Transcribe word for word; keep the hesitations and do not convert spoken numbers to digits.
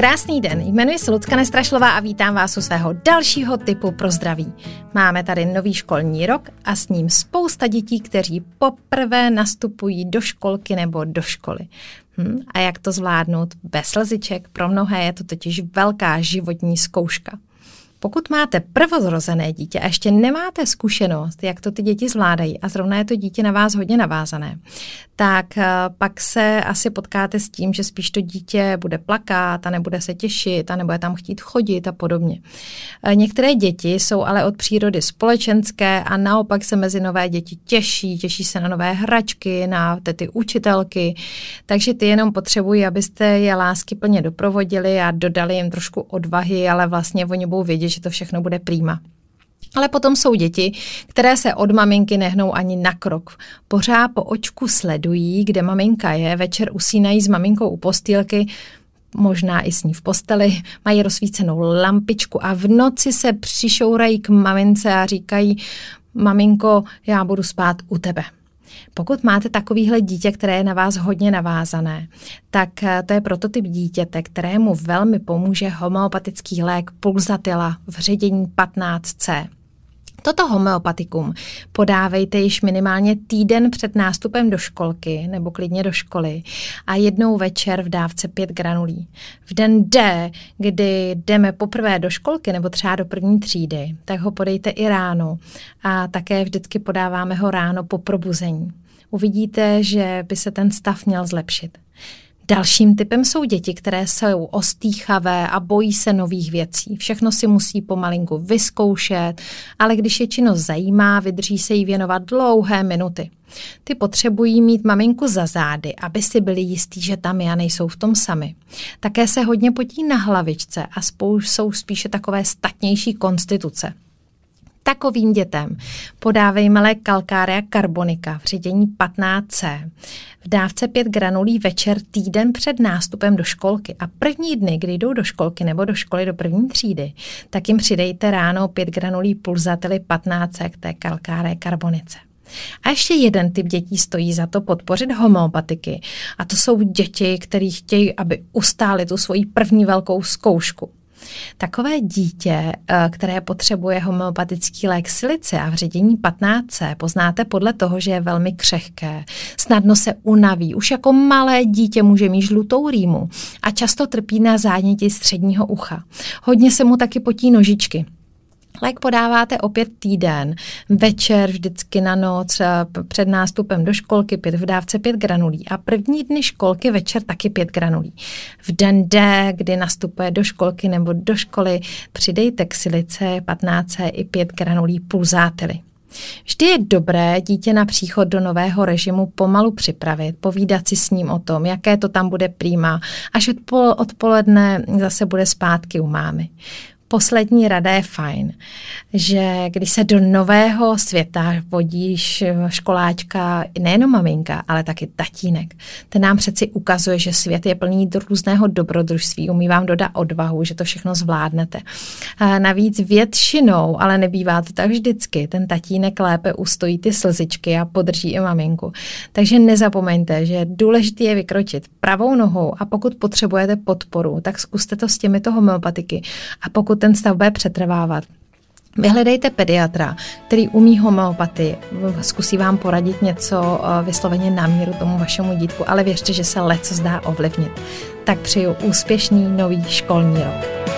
Krásný den, jmenuji se Lucka Nestrašlová a vítám vás u svého dalšího tipu pro zdraví. Máme tady nový školní rok a s ním spousta dětí, kteří poprvé nastupují do školky nebo do školy. Hm, a jak to zvládnout bez slziček? Pro mnohé je to totiž velká životní zkouška. Pokud máte prvozrozené dítě a ještě nemáte zkušenost, jak to ty děti zvládají a zrovna je to dítě na vás hodně navázané, tak pak se asi potkáte s tím, že spíš to dítě bude plakat a nebude se těšit a nebude tam chtít chodit a podobně. Některé děti jsou ale od přírody společenské a naopak se mezi nové děti těší, těší se na nové hračky, na ty učitelky, takže ty jenom potřebují, abyste je láskyplně doprovodili a dodali jim trošku odvahy, ale vlastně oni budou vědět, že to všechno bude prýma. Ale potom jsou děti, které se od maminky nehnou ani na krok. Pořád po očku sledují, kde maminka je, večer usínají s maminkou u postýlky, možná i s ní v posteli, mají rozsvícenou lampičku a v noci se přišourají k mamince a říkají: maminko, já budu spát u tebe. Pokud máte takovýhle dítě, které je na vás hodně navázané, tak to je prototyp dítěte, kterému velmi pomůže homeopatický lék Pulsatilla v ředění patnáct C. Toto homeopatikum podávejte již minimálně týden před nástupem do školky nebo klidně do školy a jednou večer v dávce pět granulí. V den D, kdy jdeme poprvé do školky nebo třeba do první třídy, tak ho podejte i ráno a také vždycky podáváme ho ráno po probuzení. Uvidíte, že by se ten stav měl zlepšit. Dalším typem jsou děti, které jsou ostýchavé a bojí se nových věcí. Všechno si musí pomalinku vyzkoušet, ale když je činnost zajímá, vydrží se jí věnovat dlouhé minuty. Ty potřebují mít maminku za zády, aby si byli jistí, že tam je a nejsou v tom sami. Také se hodně potí na hlavičce a spolu jsou spíše takové statnější konstituce. Takovým dětem podávejme lék Calcarea carbonica v ředění patnáct C. V dávce pět granulí večer týden před nástupem do školky a první dny, kdy jdou do školky nebo do školy do první třídy, tak jim přidejte ráno pět granulí Pulsatily patnáct C k té Calcarea carbonice. A ještě jeden typ dětí stojí za to podpořit homeopatiky a to jsou děti, které chtějí, aby ustáli tu svoji první velkou zkoušku. Takové dítě, které potřebuje homeopatický lék Silicea v ředění patnáct C, poznáte podle toho, že je velmi křehké, snadno se unaví, už jako malé dítě může mít žlutou rýmu a často trpí na záněti středního ucha. Hodně se mu taky potí nožičky. Lék podáváte opět týden, večer vždycky na noc, před nástupem do školky pět v dávce pět granulí a první dny školky večer taky pět granulí. V den D, kdy nastupuje do školky nebo do školy, přidejte k Silice patnáct C i pět granulí Pulsatily. Vždy je dobré dítě na příchod do nového režimu pomalu připravit, povídat si s ním o tom, jaké to tam bude prýma, až odpoledne zase bude zpátky u mámy. Poslední rada je fajn, že když se do nového světa vodíš školáčka, nejenom maminka, ale taky tatínek, ten nám přeci ukazuje, že svět je plný různého dobrodružství, umí vám dodat odvahu, že to všechno zvládnete. A navíc většinou, ale nebývá to tak vždycky, ten tatínek lépe ustojí ty slzičky a podrží i maminku. Takže nezapomeňte, že důležité je vykročit pravou nohou a pokud potřebujete podporu, tak zkuste to s těmito homeopatiky a pokud ten stav bude přetrvávat, vyhledejte pediatra, který umí homeopatii, zkusí vám poradit něco vysloveně na míru tomu vašemu dítku, ale věřte, že se leccos dá ovlivnit. Tak přeju úspěšný nový školní rok.